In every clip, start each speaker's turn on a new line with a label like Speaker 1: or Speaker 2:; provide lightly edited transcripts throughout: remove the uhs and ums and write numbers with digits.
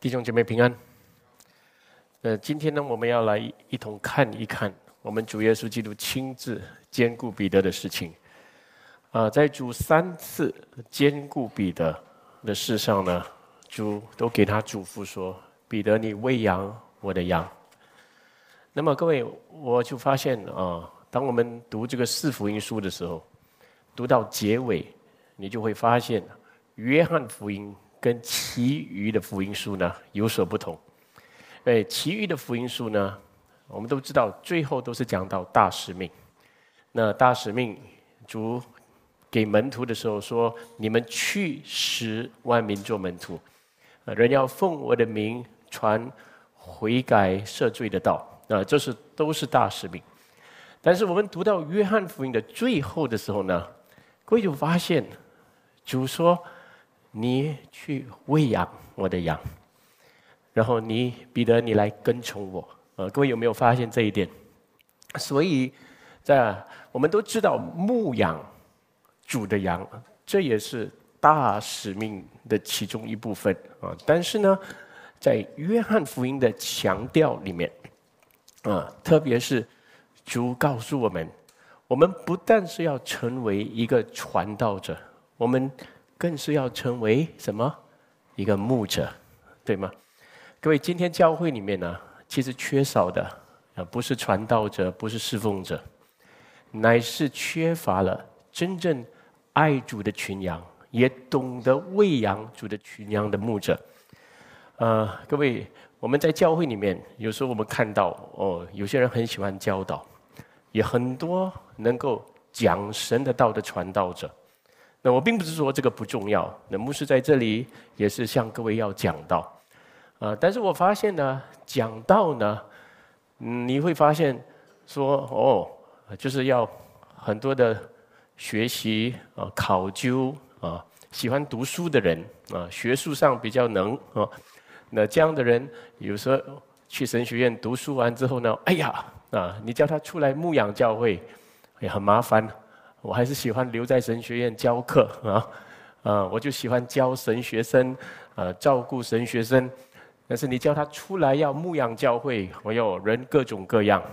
Speaker 1: 弟兄姐妹平安。今天呢，我们要来一同看一看我们主耶稣基督亲自兼顾彼得的事情。在主3次兼顾彼得的事上呢，主都给他嘱咐说：“彼得，你喂养我的羊。”那么各位，我就发现当我们读这个4福音书的时候，读到结尾，你就会发现约翰福音跟其余的福音书呢有所不同。其余的福音书呢，我们都知道最后都是讲到大使命。那大使命，主给门徒的时候说：“你们去使万民做门徒，人要奉我的名传悔改赦罪的道。”这都是大使命。但是我们读到约翰福音的最后的时候呢，各位就发现主说：“你去喂养我的羊，然后彼得，你来跟从我。”各位有没有发现这一点？所以，我们都知道牧养主的羊，这也是大使命的其中一部分啊。但是呢，在约翰福音的强调里面，特别是主告诉我们，我们不但是要成为一个传道者，我们更是要成为什么？一个牧者，对吗？各位，今天教会里面呢，其实缺少的不是传道者，不是侍奉者，乃是缺乏了真正爱主的群羊，也懂得喂养主的群羊的牧者。各位，我们在教会里面，有时候我们看到有些人很喜欢教导，也很多能够讲神的道的传道者。那我并不是说这个不重要，那牧师在这里也是向各位要讲道。但是我发现呢，讲道呢，你会发现说就是要很多的学习考究喜欢读书的人学术上比较能那这样的人有时候去神学院读书完之后呢，你叫他出来牧养教会也很麻烦。我还是喜欢留在神学院教课我就喜欢教神学生照顾神学生。但是你叫他出来要牧养教会，人各种各样，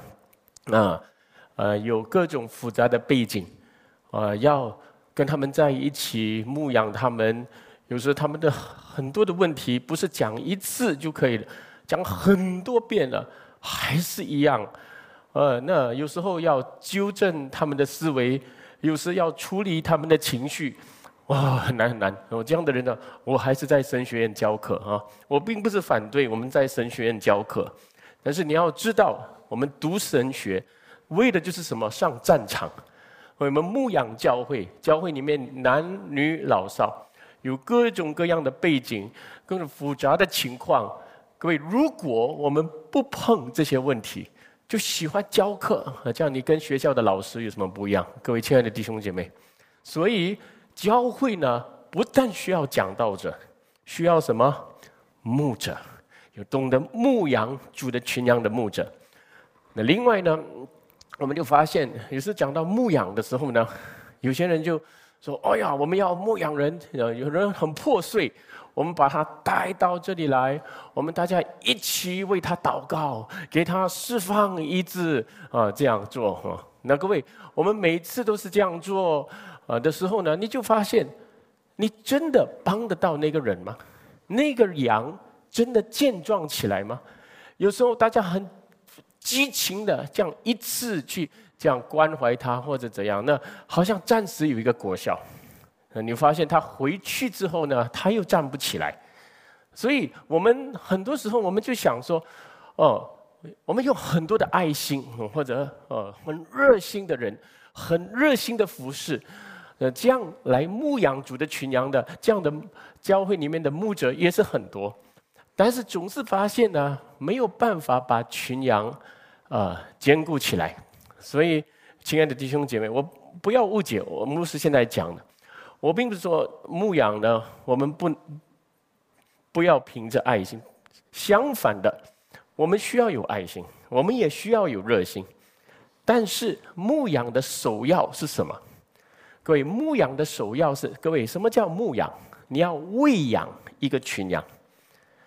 Speaker 1: 有各种复杂的背景，要跟他们在一起牧养他们，有时候他们的很多的问题不是讲一次就可以了，讲很多遍了还是一样，那有时候要纠正他们的思维，有时要处理他们的情绪。很难很难。这样的人呢，我还是在神学院教课我并不是反对我们在神学院教课，但是你要知道，我们读神学为的就是什么？上战场。我们牧养教会，教会里面男女老少有各种各样的背景，各种复杂的情况。各位，如果我们不碰这些问题，就喜欢教课，这样你跟学校的老师有什么不一样？各位亲爱的弟兄姐妹，所以教会呢，不但需要讲道者，需要什么？牧者，有懂得牧养主的群羊的牧者。那另外呢，我们就发现，有时讲到牧养的时候呢，有些人就说：“我们要牧养人，有人很破碎，我们把他带到这里来，我们大家一起为他祷告，给他释放医治这样做那各位，我们每次都是这样做的时候呢，你就发现，你真的帮得到那个人吗？那个羊真的健壮起来吗？有时候大家很激情的这样一次去这样关怀他或者怎样，那好像暂时有一个果效，你发现他回去之后呢，他又站不起来。所以我们很多时候我们就想说，我们有很多的爱心，或者很热心的人，很热心的服侍。这样来牧养主的群羊的，这样的教会里面的牧者也是很多，但是总是发现呢，没有办法把群羊兼顾起来。所以，亲爱的弟兄姐妹，我不要误解我牧师现在讲的，我并不是说牧养呢，我们不要凭着爱心，相反的，我们需要有爱心，我们也需要有热心，但是牧养的首要是什么？各位，牧养的首要是，各位，什么叫牧养？你要喂养一个群羊。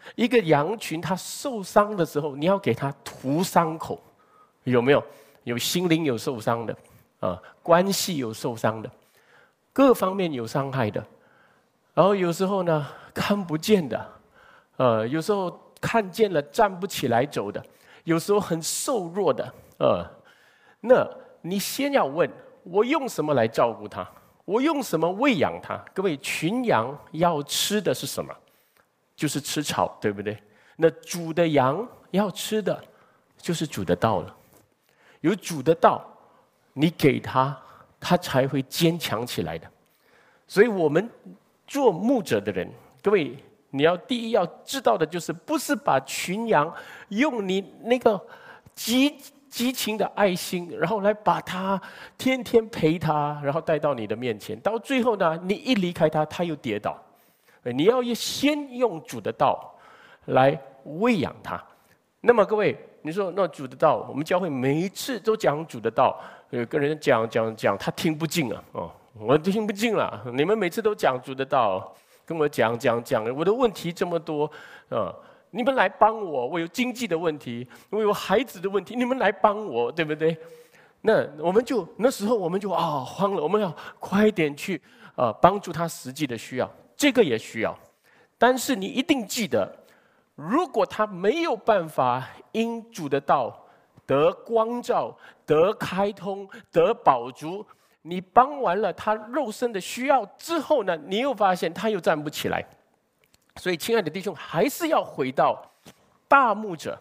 Speaker 1: 一个羊群它受伤的时候，你要给它涂伤口，有没有？有心灵有受伤的，关系有受伤的，各方面有伤害的。然后有时候呢，看不见的，有时候看见了站不起来走的，有时候很瘦弱的，那你先要问，我用什么来照顾它？我用什么喂养它？各位，群羊要吃的是什么？就是吃草，对不对？那主的羊要吃的就是主的道了。有主的道，你给他，他才会坚强起来的。所以我们做牧者的人，各位，你要第一要知道的就是，不是把群羊用你那个激情的爱心，然后来把他天天陪他，然后带到你的面前，到最后呢，你一离开他，他又跌倒。你要先用主的道来喂养他。那么各位，你说那主的道，我们教会每一次都讲主的道，跟人讲，他听不进啊，我听不进了。你们每次都讲主的道，跟我讲，我的问题这么多，你们来帮我，我有经济的问题，我有孩子的问题，你们来帮我，对不对？那时候我们就慌了，我们要快点去帮助他实际的需要，这个也需要。但是你一定记得，如果他没有办法因主的道得光照、得开通、得饱足，你帮完了他肉身的需要之后呢，你又发现他又站不起来。所以，亲爱的弟兄，还是要回到大牧者，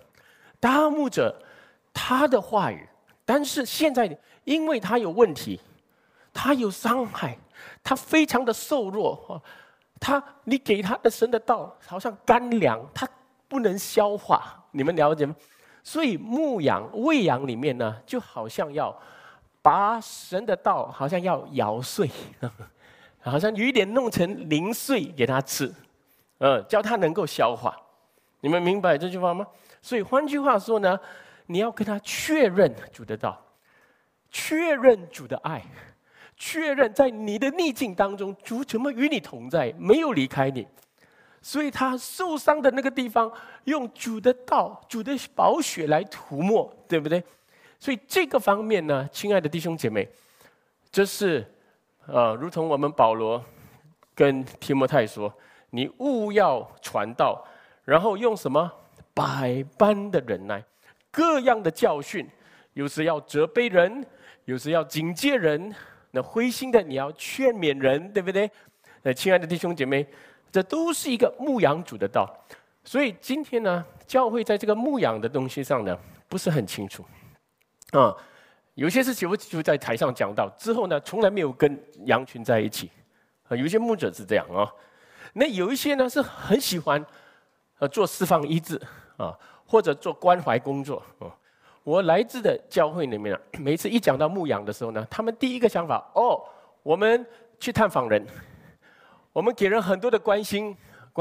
Speaker 1: 他的话语。但是现在，因为他有问题，他有伤害，他非常的瘦弱，你给他的神的道好像干粮，他不能消化，你们了解吗？所以喂养里面呢，就好像要把神的道好像要咬碎，好像有一点弄成零碎给他吃，叫他能够消化。你们明白这句话吗？所以换句话说呢，你要跟他确认主的道，确认主的爱，确认在你的逆境当中，主怎么与你同在，没有离开你。所以他受伤的那个地方，用主的道、主的宝血来涂抹，对不对？所以这个方面呢，亲爱的弟兄姐妹，这是如同我们保罗跟提摩太说，你务要传道，然后用什么百般的忍耐，各样的教训，有时要责备人，有时要警戒人，那灰心的你要劝勉人，对不对？亲爱的弟兄姐妹，这都是一个牧养主的道。所以今天呢，教会在这个牧养的东西上呢，不是很清楚有些事情我就在台上讲到之后呢，从来没有跟羊群在一起有一些牧者是这样那有一些呢是很喜欢做释放医治或者做关怀工作我来自的教会里面每次一讲到牧养的时候呢，他们第一个想法我们去探访人，我们给人很多的关心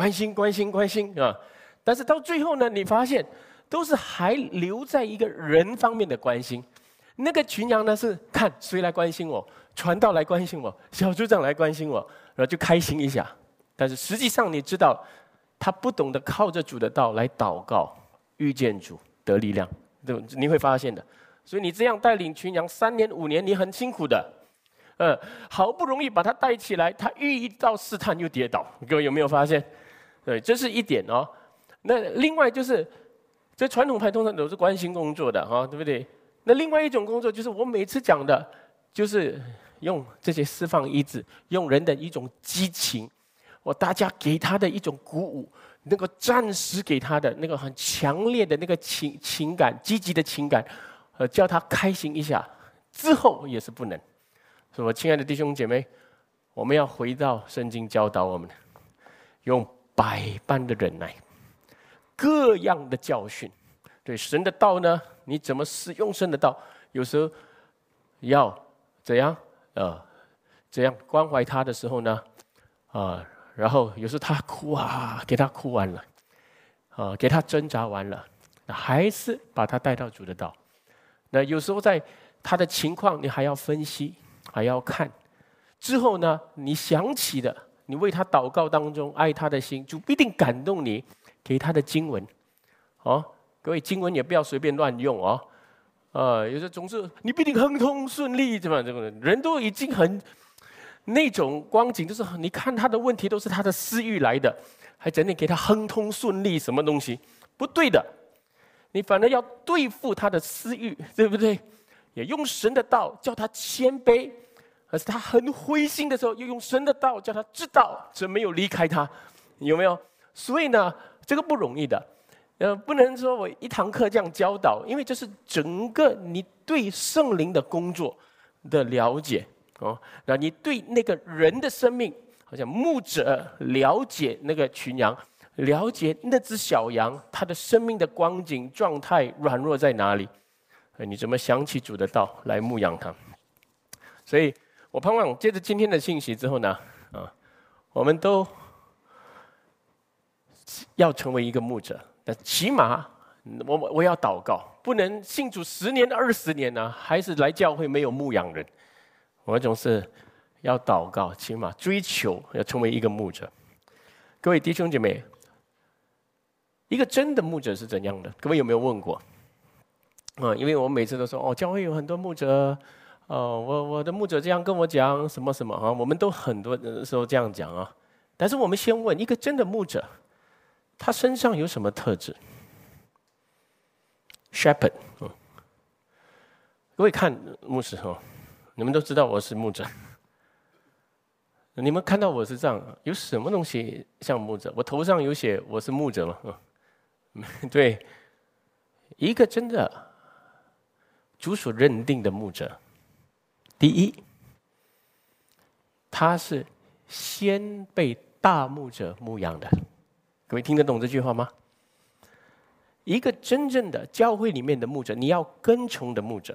Speaker 1: 但是到最后呢，你发现都是还留在一个人方面的关心。那个群羊呢是看谁来关心我，传道来关心我，小组长来关心我，然后就开心一下。但是实际上你知道，他不懂得靠着主的道来祷告，遇见主得力量，你会发现的。所以你这样带领群羊3年5年，你很辛苦的。好不容易把他带起来，他遇到试探又跌倒，各位有没有发现？对，这是一点那另外就是，这传统派通常都是关心工作的对不对？那另外一种工作就是我每次讲的，就是用这些释放医治，用人的一种激情，大家给他的一种鼓舞，那个暂时给他的那个很强烈的那个情感，积极的情感，叫他开心一下，之后也是不能。所以我亲爱的弟兄姐妹，我们要回到圣经教导我们，用百般的忍耐，各样的教训。对神的道呢，你怎么使用神的道？有时候要怎样关怀他的时候呢？然后有时候他哭给他哭完了，给他挣扎完了，还是把他带到主的道。那有时候在他的情况，你还要分析，还要看。之后呢，你想起的，你为他祷告当中爱他的心，就必定感动你， 给他的经文，哦，各位经文也不要随便乱用哦。有时候总是你必定亨通顺利，对吧？这个人都已经很那种光景，就是你看他的问题都是他的私欲来的，还整天给他亨通顺利，什么东西不对的？你反而要对付他的私欲，对不对？也用神的道叫他谦卑，而是他很灰心的时候，又用神的道叫他知道神没有离开他，有没有？所以呢，这个不容易的。不能说我一堂课这样教导，因为这是整个你对圣灵的工作的了解哦。那你对那个人的生命，好像牧者了解那个群羊，了解那只小羊它的生命的光景状态软弱在哪里，你怎么想起主的道来牧养它？所以我盼望接着今天的信息之后呢，我们都要成为一个牧者。起码我要祷告，不能信主10年20年呢，还是来教会没有牧养人。我总是要祷告，起码追求要成为一个牧者。各位弟兄姐妹，一个真的牧者是怎样的？各位有没有问过？因为我每次都说教会有很多牧者，我的牧者这样跟我讲什么什么啊，我们都很多时候这样讲啊。但是我们先问一个真的牧者，他身上有什么特质 ？Shepherd， 各位看牧师你们都知道我是牧者，你们看到我是这样，有什么东西像牧者？我头上有写我是牧者吗？对，一个真的主所认定的牧者，第一，他是先被大牧者牧养的。各位听得懂这句话吗？一个真正的教会里面的牧者，你要跟从的牧者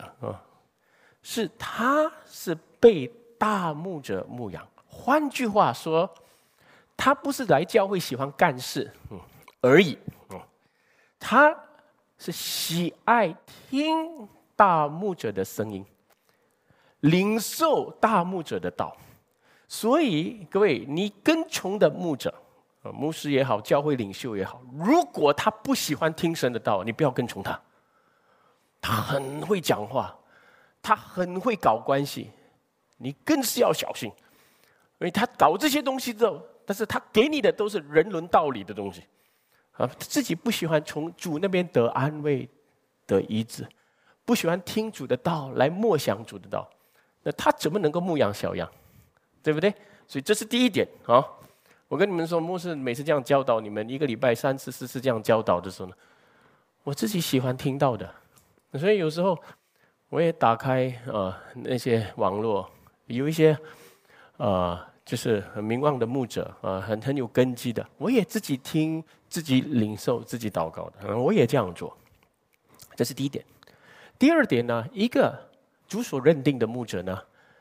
Speaker 1: 他是被大牧者牧养。换句话说，他不是来教会喜欢干事而已，他是喜爱听大牧者的声音，领受大牧者的道。所以各位，你跟从的牧者，牧师也好，教会领袖也好，如果他不喜欢听神的道，你不要跟从他。他很会讲话，他很会搞关系，你更是要小心，因为他搞这些东西之后，但是他给你的都是人伦道理的东西，自己不喜欢从主那边得安慰、得医治，不喜欢听主的道来默想主的道，那他怎么能够牧养小羊？对不对？所以这是第一点啊。我跟你们说，牧师每次这样教导你们，1个礼拜3次4次这样教导的时候呢，我自己喜欢听到的，所以有时候我也打开那些网络，有一些就是很名望的牧者很有根基的，我也自己听、自己领受、自己祷告的，我也这样做。这是第一点。第二点呢，一个主所认定的牧者呢，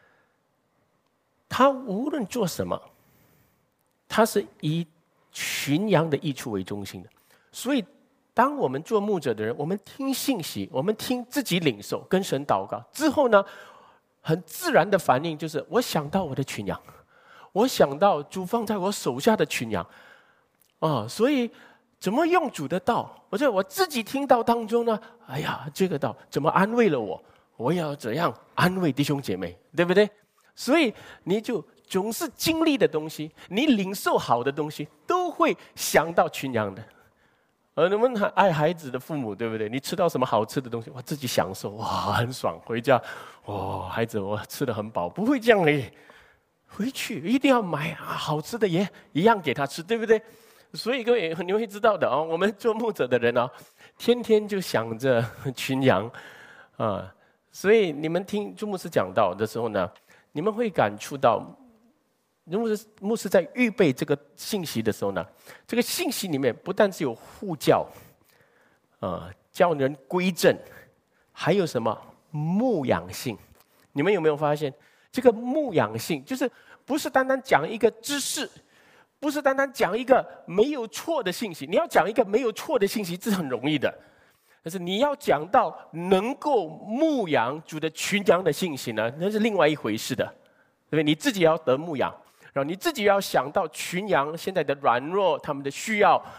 Speaker 1: 他无论做什么，他是以群羊的益处为中心的。所以当我们做牧者的人，我们听信息，我们听自己领受，跟神祷告之后呢，很自然的反应就是我想到我的群羊，我想到主放在我手下的群羊所以怎么用主的道，我在我自己听到当中呢，哎呀，这个道怎么安慰了我，我也要怎样安慰弟兄姐妹，对不对？所以你就总是经历的东西，你领受好的东西，都会想到群羊的。你们爱孩子的父母，对不对？你吃到什么好吃的东西，哇，自己享受，哇，很爽。回家，哇，孩子，我吃得很饱，不会这样的。回去一定要买好吃的也一样给他吃，对不对？所以各位你会知道的我们做牧者的人天天就想着群羊所以你们听朱牧师讲道的时候呢，你们会感触到，牧师在预备这个信息的时候呢，这个信息里面不但是有护教，教人归正，还有什么牧养性？你们有没有发现，这个牧养性就是不是单单讲一个知识，不是单单讲一个没有错的信息。你要讲一个没有错的信息，这是很容易的。但是你要讲到能够牧养主的群羊的信息呢，那是另外一回事的，对不对？你自己要得牧养，然后你自己要想到群羊现在的软弱，他们的需要，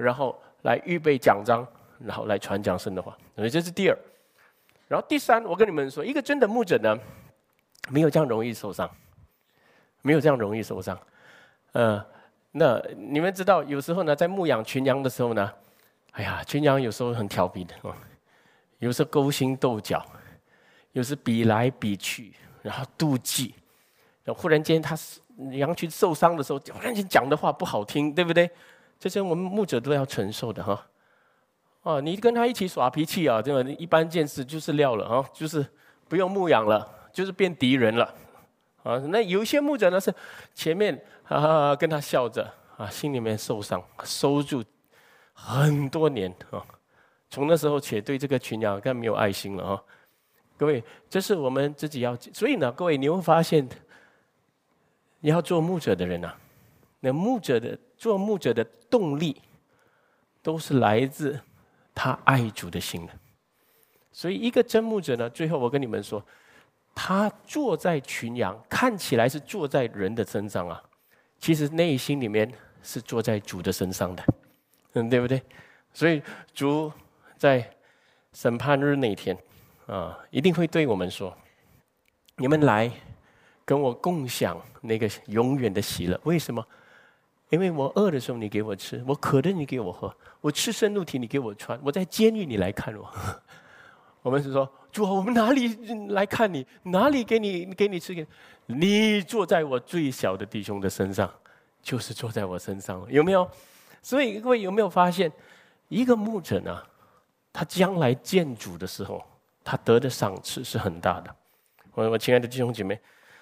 Speaker 1: 然后来预备讲章，然后来传讲神的话。所以这是第二。然后第三，我跟你们说，一个真的牧者呢，没有这样容易受伤，没有这样容易受伤。那你们知道，有时候呢，在牧养群羊的时候呢，哎呀，群羊有时候很调皮的哦，有时候勾心斗角，有时比来比去，然后妒忌，然后忽然间羊群受伤的时候，忽然间讲的话不好听，对不对？这些我们牧者都要承受的哈。哦，你跟他一起耍脾气啊，这个一般见识就是撂了啊，就是不用牧养了，就是变敌人了。啊，那有一些牧者呢是前面跟他笑着啊，心里面受伤，收住很多年啊。从那时候起对这个群羊更没有爱心了啊。各位，这是我们自己要，所以呢，各位你会发现，你要做牧者的人啊，那做牧者的动力，都是来自他爱主的心的。所以一个真牧者呢，最后我跟你们说，他坐在群羊，看起来是坐在人的身上啊，其实内心里面是坐在主的身上的，对不对？所以主在审判日那天啊，一定会对我们说：你们来跟我共享那个永远的喜乐。为什么？因为我饿的时候你给我吃，我渴的你给我喝，我赤身露体你给我穿，我在监狱你来看我。我们是说，主啊，我们哪里来看你？哪里给你吃？你坐在我最小的弟兄的身上，就是坐在我身上，有没有？所以各位有没有发现，一个牧者呢，他将来见主的时候，他得的赏赐是很大的。我亲爱的弟兄姐妹，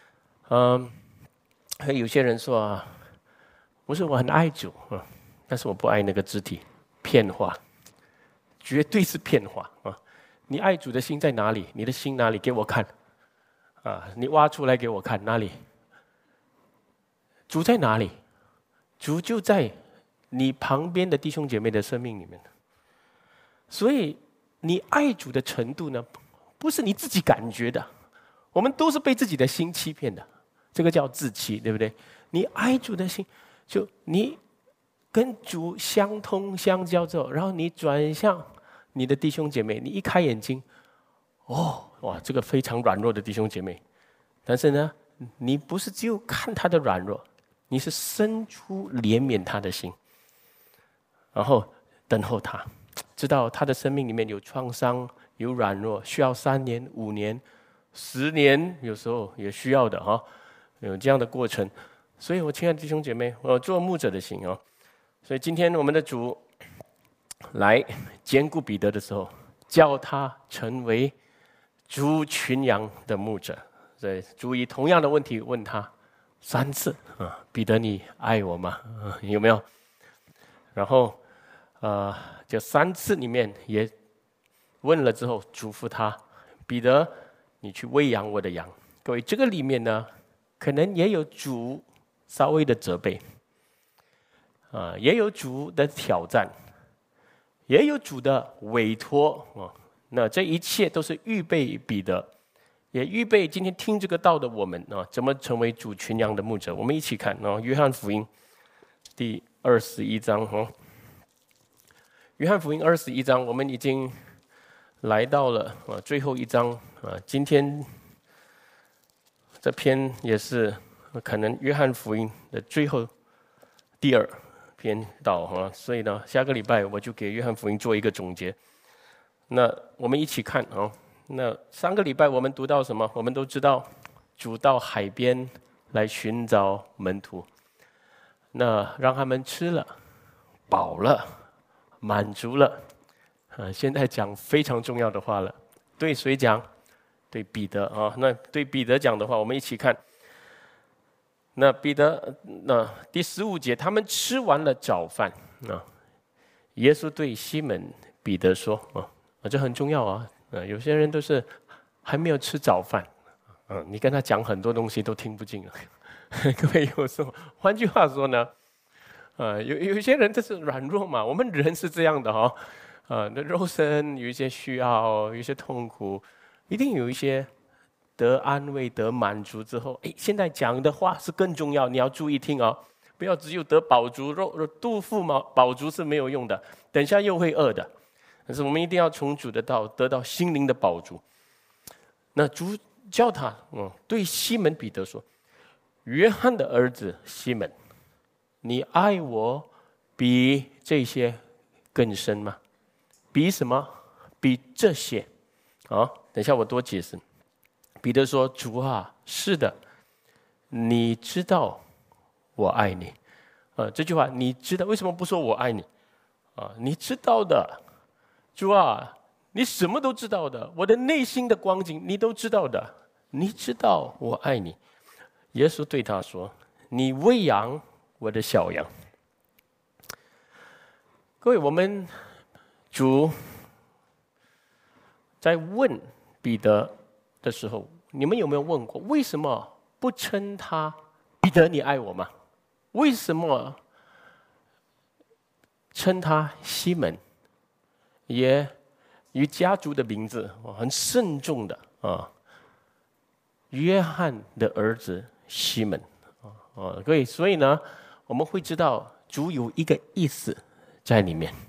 Speaker 1: 有些人说啊，不是我很爱主啊，但是我不爱那个肢体，骗话，绝对是骗话啊！你爱主的心在哪里？你的心哪里？给我看啊！你挖出来给我看，哪里？主在哪里？主就在你旁边的弟兄姐妹的生命里面。所以你爱主的程度呢，不是你自己感觉的，我们都是被自己的心欺骗的，这个叫自欺，对不对？你爱主的心，就你跟主相通相交之后，然后你转向你的弟兄姐妹，你一开眼睛，哇，这个非常软弱的弟兄姐妹，但是呢，你不是只有看他的软弱，你是生出怜悯他的心，然后等候他，知道他的生命里面有创伤、有软弱，需要3年、5年、10年，有时候也需要的哈，有这样的过程。所以我亲爱的弟兄姐妹，我做牧者的心哦。所以今天我们的主来兼顾彼得的时候，叫他成为主群羊的牧者。所以主以同样的问题问他3次啊，彼得你爱我吗？有没有？然后这3次里面也问了之后，嘱咐他，彼得你去喂养我的羊。各位，这个里面呢，可能也有主稍微的责备，也有主的挑战，也有主的委托啊。那这一切都是预备彼得，也预备今天听这个道的我们啊，怎么成为主群羊的牧者。我们一起看约翰福音第21章约翰福音21章，我们已经来到了最后一章今天这篇也是可能约翰福音的最后第2篇道所以呢，下个礼拜我就给约翰福音做一个总结。那我们一起看那上个礼拜我们读到什么？我们都知道，主到海边来寻找门徒，那让他们吃了，饱了，满足了。现在讲非常重要的话了，对谁讲？对彼得啊。那对彼得讲的话，我们一起看。那彼得，那第15节，他们吃完了早饭耶稣对西门彼得说这很重要啊。有些人都是还没有吃早饭，你跟他讲很多东西都听不进了。各位有时候，换句话说呢，有一些人这是软弱嘛，我们人是这样的那肉身有一些需要，有一些痛苦，一定有一些得安慰、得满足之后，现在讲的话是更重要，你要注意听不要只有得饱足，肚腹饱足是没有用的，等下又会饿的。但是我们一定要从主的道得到心灵的饱足。那主叫他，对西门彼得说：“约翰的儿子西门，你爱我比这些更深吗？比什么？比这些？等一下我多解释。”彼得说：“主啊，是的，你知道我爱你。”这句话你知道，为什么不说我爱你？你知道的，主啊，你什么都知道的，我的内心的光景你都知道的，你知道我爱你。耶稣对他说：“你喂养我的小羊。”各位，我们主在问彼得的时候，你们有没有问过，为什么不称他彼得你爱我吗？为什么称他西门？也与家族的名字很慎重的约翰的儿子西门各位，所以呢，我们会知道主有一个意思在里面。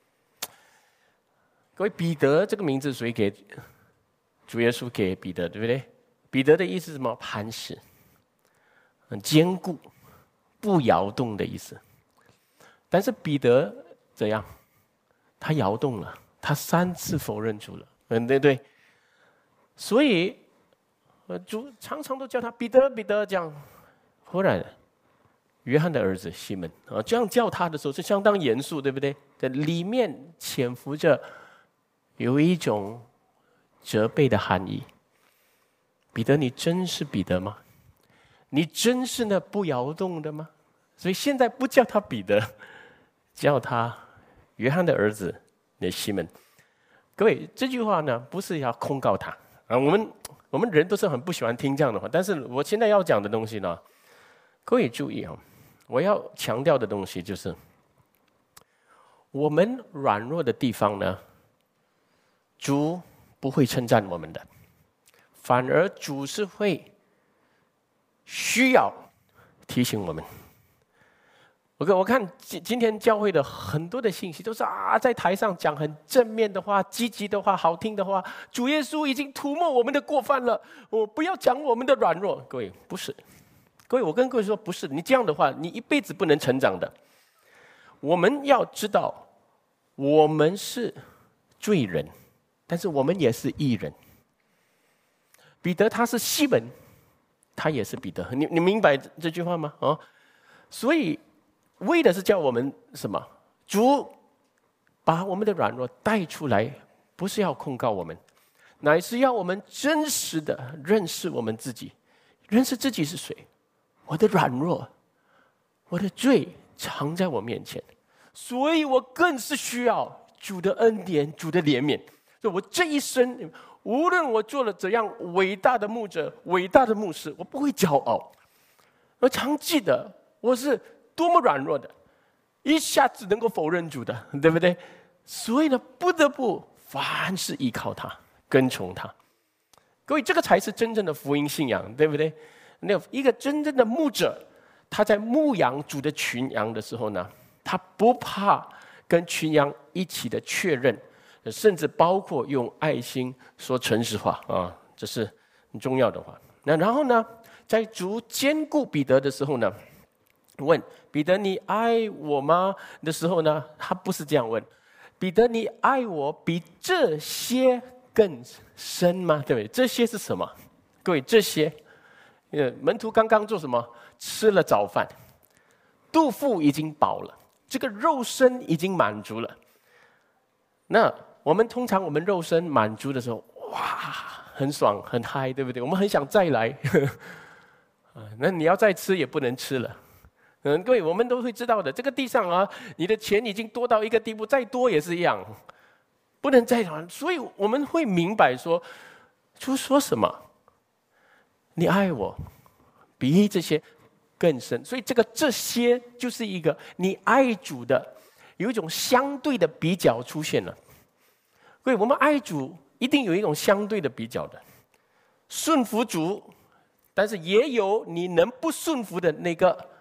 Speaker 1: 各位，彼得这个名字谁给？主耶稣给彼得，对不对？彼得的意思是什么？磐石，很坚固，不摇动的意思。但是彼得怎样？他摇动了，他3次否认主了，对对。所以主常常都叫他彼得，彼得这样。忽然，约翰的儿子西门这样叫他的时候是相当严肃，对不对？在里面潜伏着有一种责备的含义。彼得，你真是彼得吗？你真是那不摇动的吗？所以现在不叫他彼得，叫他约翰的儿子那西门。各位，这句话呢，不是要控告他我们人都是很不喜欢听这样的话，但是我现在要讲的东西呢，各位注意我要强调的东西就是，我们软弱的地方呢，主不会称赞我们的，反而主是会需要提醒我们。我看今天教会的很多的信息都是在台上讲很正面的话、积极的话、好听的话。主耶稣已经涂抹我们的过犯了，我不要讲我们的软弱。各位，不是，各位，我跟各位说，不是。你这样的话，你一辈子不能成长的。我们要知道，我们是罪人，但是我们也是义人。彼得他是西门，他也是彼得。你明白这句话吗？所以。为的是叫我们什么？主把我们的软弱带出来，不是要控告我们，乃是要我们真实的认识我们自己，认识自己是谁。我的软弱，我的罪藏在我面前，所以我更是需要主的恩典、主的怜悯。所以我这一生，无论我做了怎样伟大的牧者、伟大的牧师，我不会骄傲。我常记得我是多么软弱的，一下子能够否认主的，对不对？所以呢，不得不凡事依靠他，跟从他。各位，这个才是真正的福音信仰，对不对？那一个真正的牧者，他在牧养主的群羊的时候呢，他不怕跟群羊一起的确认，甚至包括用爱心说诚实话这是很重要的话。那然后呢，在主兼顾彼得的时候呢，问彼得你爱我吗的时候呢，他不是这样问，彼得你爱我比这些更深吗？对不对？这些是什么？各位，这些门徒刚刚做什么？吃了早饭，肚腹已经饱了，这个肉身已经满足了。那我们通常肉身满足的时候，哇，很爽很嗨，对不对？我们很想再来那你要再吃也不能吃了。各位，我们都会知道的，这个地上你的钱已经多到一个地步，再多也是一样，不能再少。所以我们会明白说，主说什么？你爱我，比这些更深。所以这些就是一个你爱主的有一种相对的比较出现了。所以我们爱主一定有一种相对的比较的，顺服主，但是也有你能不顺服的那个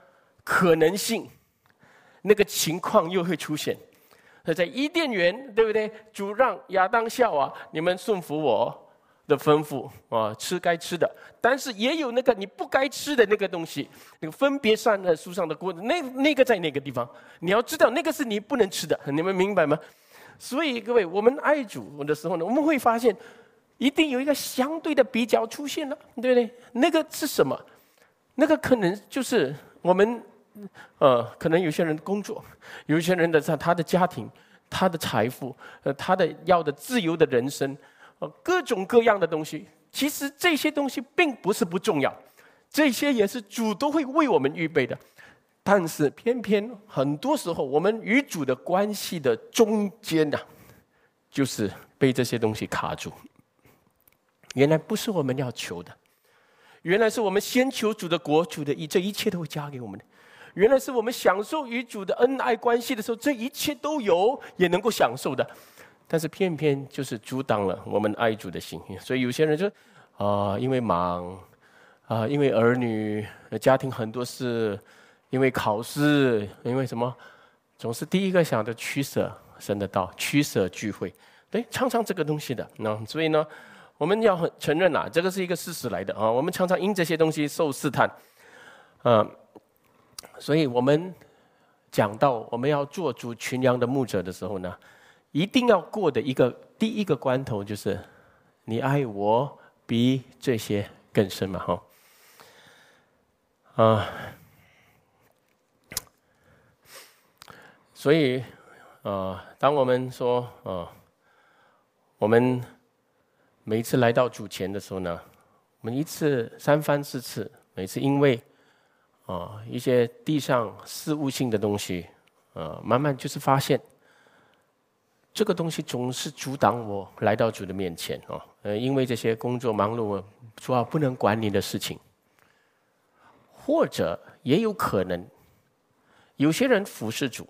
Speaker 1: 可能性，那个情况又会出现。在伊甸园，对不对？主让亚当夏娃，你们顺服我的吩咐啊，吃该吃的。但是也有那个你不该吃的那个东西，那个分别善恶树上的果子，那个在那个地方，你要知道那个是你不能吃的，你们明白吗？所以各位，我们爱主的时候呢，我们会发现，一定有一个相对的比较出现了，对不对？那个是什么？那个可能就是我们。可能有些人工作，有些人的他的家庭，他的财富，他的要的自由的人生，各种各样的东西。其实这些东西并不是不重要，这些也是主都会为我们预备的。但是偏偏很多时候，我们与主的关系的中间呢，就是被这些东西卡住。原来不是我们要求的，原来是我们先求主的国、主的义，这一切都会加给我们的。原来是我们享受与主的恩爱关系的时候，这一切都有，也能够享受的。但是偏偏就是阻挡了我们爱主的心。所以有些人就因为忙因为儿女、家庭很多事，因为考试，因为什么，总是第一个想着取舍神的道，取舍聚会，对，常常这个东西的。所以呢，我们要承认这个是一个事实来的我们常常因这些东西受试探，所以我们讲到我们要做主群羊的牧者的时候呢，一定要过的第一个关头就是你爱我比这些更深嘛所以当我们说我们每一次来到主前的时候呢，我们一次三番四次，每次因为一些地上事物性的东西，慢慢就是发现，这个东西总是阻挡我来到主的面前因为这些工作忙碌，主要不能管你的事情，或者也有可能，有些人服侍主，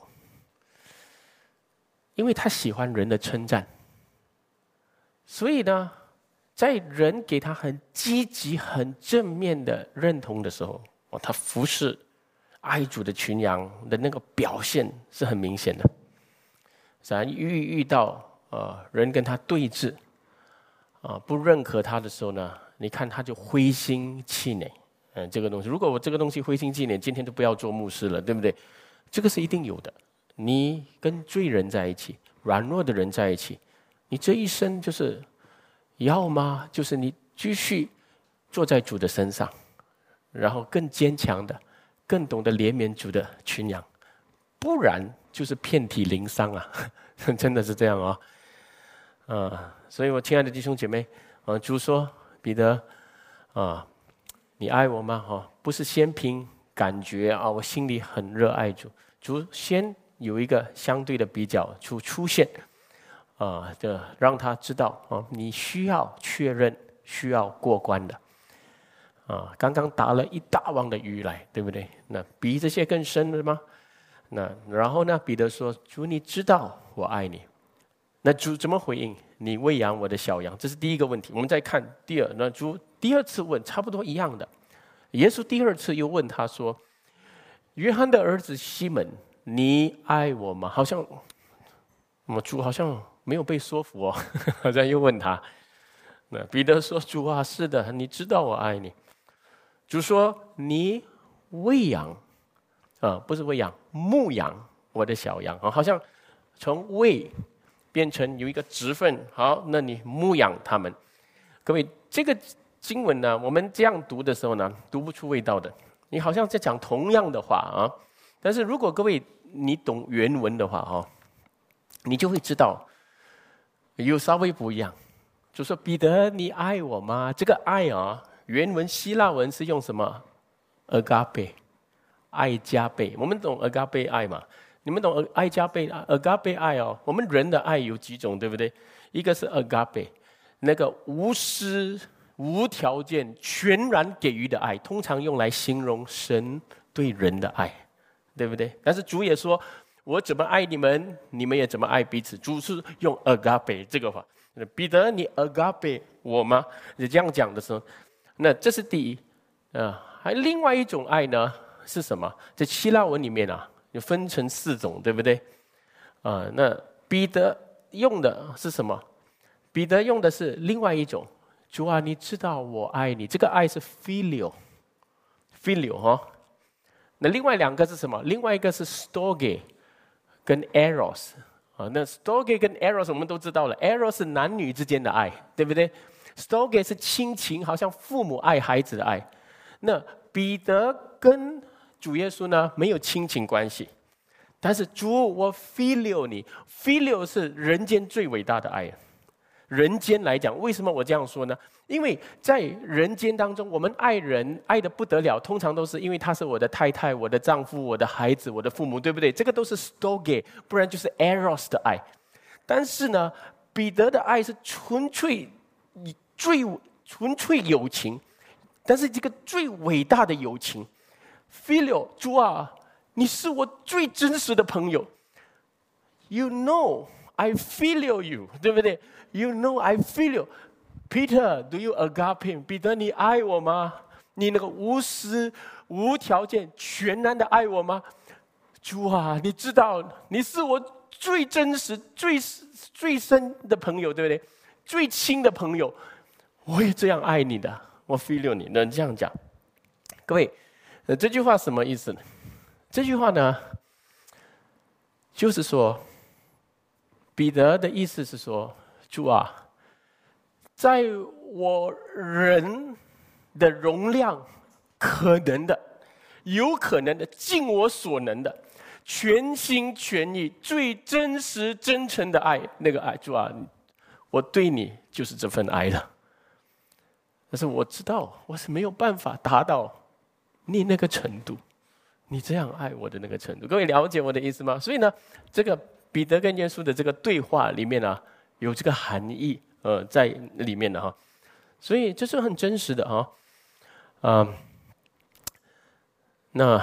Speaker 1: 因为他喜欢人的称赞，所以呢，在人给他很积极、很正面的认同的时候。他服侍爱主的群羊的那个表现是很明显的。咱遇到人跟他对峙不认可他的时候呢，你看他就灰心气馁。这个东西，如果我这个东西灰心气馁，今天就不要做牧师了，对不对？这个是一定有的。你跟罪人在一起，软弱的人在一起，你这一生就是要么就是你继续坐在主的身上。然后更坚强的，更懂得怜悯主的群羊，不然就是遍体鳞伤真的是这样所以我亲爱的弟兄姐妹主说彼得你爱我吗不是先凭感觉我心里很热爱主，主先有一个相对的比较出现让他知道你需要确认，需要过关的。刚刚打了一大网的鱼来，对不对？那比这些更深了吗？然后呢？彼得说：“主，你知道我爱你。”那主怎么回应？你喂养我的小羊，这是第一个问题。我们再看第二，那主第二次问，差不多一样的。耶稣第二次又问他说：“约翰的儿子西门，你爱我吗？”好像主好像没有被说服好像又问他。那彼得说：“主啊，是的，你知道我爱你。”主说：“你喂养，不是喂养，牧养我的小羊好像从喂变成有一个职分。好，那你牧养他们。各位，这个经文呢，我们这样读的时候呢，读不出味道的。你好像在讲同样的话但是如果各位你懂原文的话你就会知道有稍微不一样。就说彼得，你爱我吗？这个爱原文希腊文是用什么 ？agape， 爱加倍。我们懂 agape 爱嘛？你们懂爱加倍 agape 爱我们人的爱有几种，对不对？一个是 agape， 那个无私、无条件、全然给予的爱，通常用来形容神对人的爱，对不对？但是主也说，我怎么爱你们，你们也怎么爱彼此。主是用 agape 这个话。彼得，你 agape 我吗？你这样讲的时候。那这是第一，还另外一种爱呢， 是什么？在希腊文里面啊，有分成4种，对不对？那彼得用的是什么？彼得用的是另外一种。主啊，你知道我爱你，这个爱是 filial 哈。那另外2个是什么？另外一个是 storge 跟 eros 啊。那 storge 跟 eros 我们都知道了 ，eros 是男女之间的爱，对不对？ storge 是亲情，好像父母爱孩子的爱。那彼得跟主耶稣呢，没有亲情关系，但是主，我 filial 你 ，filial 是人间最伟大的爱。人间来讲，为什么我这样说呢？因为在人间当中，我们爱人爱得不得了，通常都是因为他是我的太太、我的丈夫、我的孩子、我的父母，对不对？这个都是 storge， 不然就是 eros 的爱。但是呢，彼得的爱是纯粹友情，但是这个最伟大的友情 ，filial， 主啊，你是我最真实的朋友。You know I filial you， 对不对？ You know I filial Peter, do you agape? 彼得，你爱我吗？你那个无私、无条件、全然的爱我吗？主啊，你知道你是我最真实、最深的朋友，对不对？最亲的朋友，我也这样爱你的，我 filial 你，能这样讲？各位，这句话什么意思呢？这句话呢，就是说，彼得的意思是说，主啊，在我人的容量可能的、有可能的、尽我所能的、全心全意、最真实真诚的爱，那个爱，主啊，我对你就是这份爱的。但是我知道我是没有办法达到你那个程度，你这样爱我的那个程度。各位了解我的意思吗？所以呢，这个彼得跟耶稣的这个对话里面啊，有这个含义在里面的哈。所以这是很真实的哈。那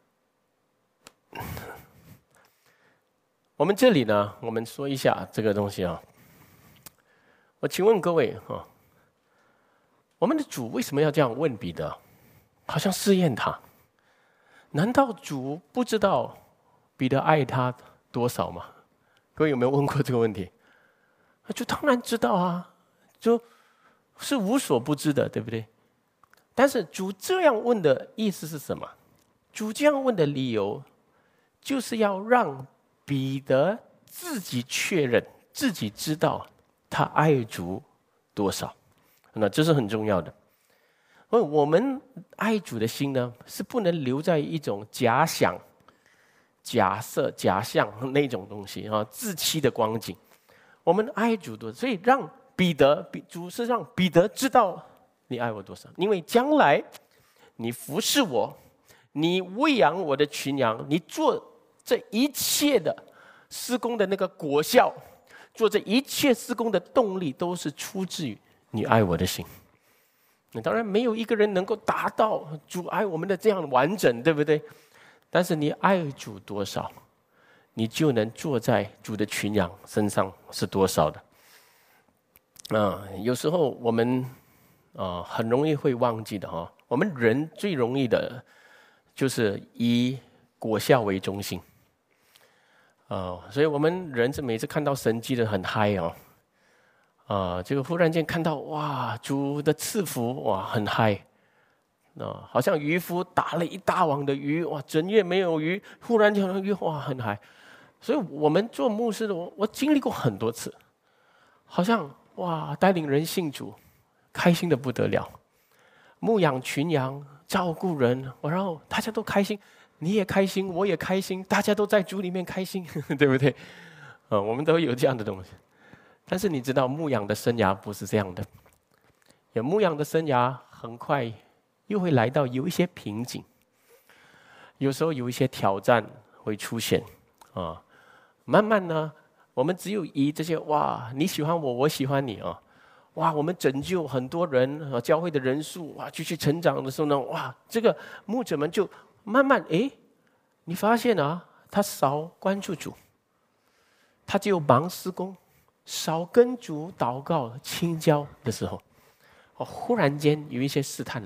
Speaker 1: 我们这里呢，我们说一下这个东西啊。我请问各位啊，我们的主为什么要这样问彼得？好像试验他。难道主不知道彼得爱他多少吗？各位有没有问过这个问题？就当然知道啊，就是无所不知的，对不对？但是主这样问的意思是什么？主这样问的理由，就是要让彼得自己确认、自己知道他爱主多少。那这是很重要的。我们爱主的心呢，是不能留在一种假想、假设、假象那种东西啊，自欺的光景。我们爱主多，所以让主是让彼得知道你爱我多少，因为将来你服侍我，你喂养我的群羊，你做这一切的施工的那个果效，做这一切施工的动力，都是出自于你爱我的心。那当然没有一个人能够达到主爱我们的这样完整，对不对？但是你爱主多少，你就能坐在主的群羊身上是多少的。有时候我们很容易会忘记的哈。我们人最容易的就是以果效为中心。所以我们人是每次看到神迹的很嗨这个忽然间看到哇，主的赐福哇，很嗨。好像渔夫打了一大网的鱼，哇，整夜没有鱼，忽然间鱼哇，很嗨。所以我们做牧师的，我经历过很多次，好像哇，带领人信主，开心的不得了，牧养群羊，照顾人，然后大家都开心，你也开心，我也开心，大家都在主里面开心，对不对？我们都有这样的东西。但是你知道，牧养的生涯不是这样的，牧养的生涯很快又会来到有一些瓶颈，有时候有一些挑战会出现慢慢呢，我们只有以这些哇，你喜欢我，我喜欢你哇，我们拯救很多人教会的人数哇继续成长的时候呢，哇，这个牧者们就慢慢你发现他少关注主，他只有忙施工，少跟主祷告亲交的时候，忽然间有一些试探来，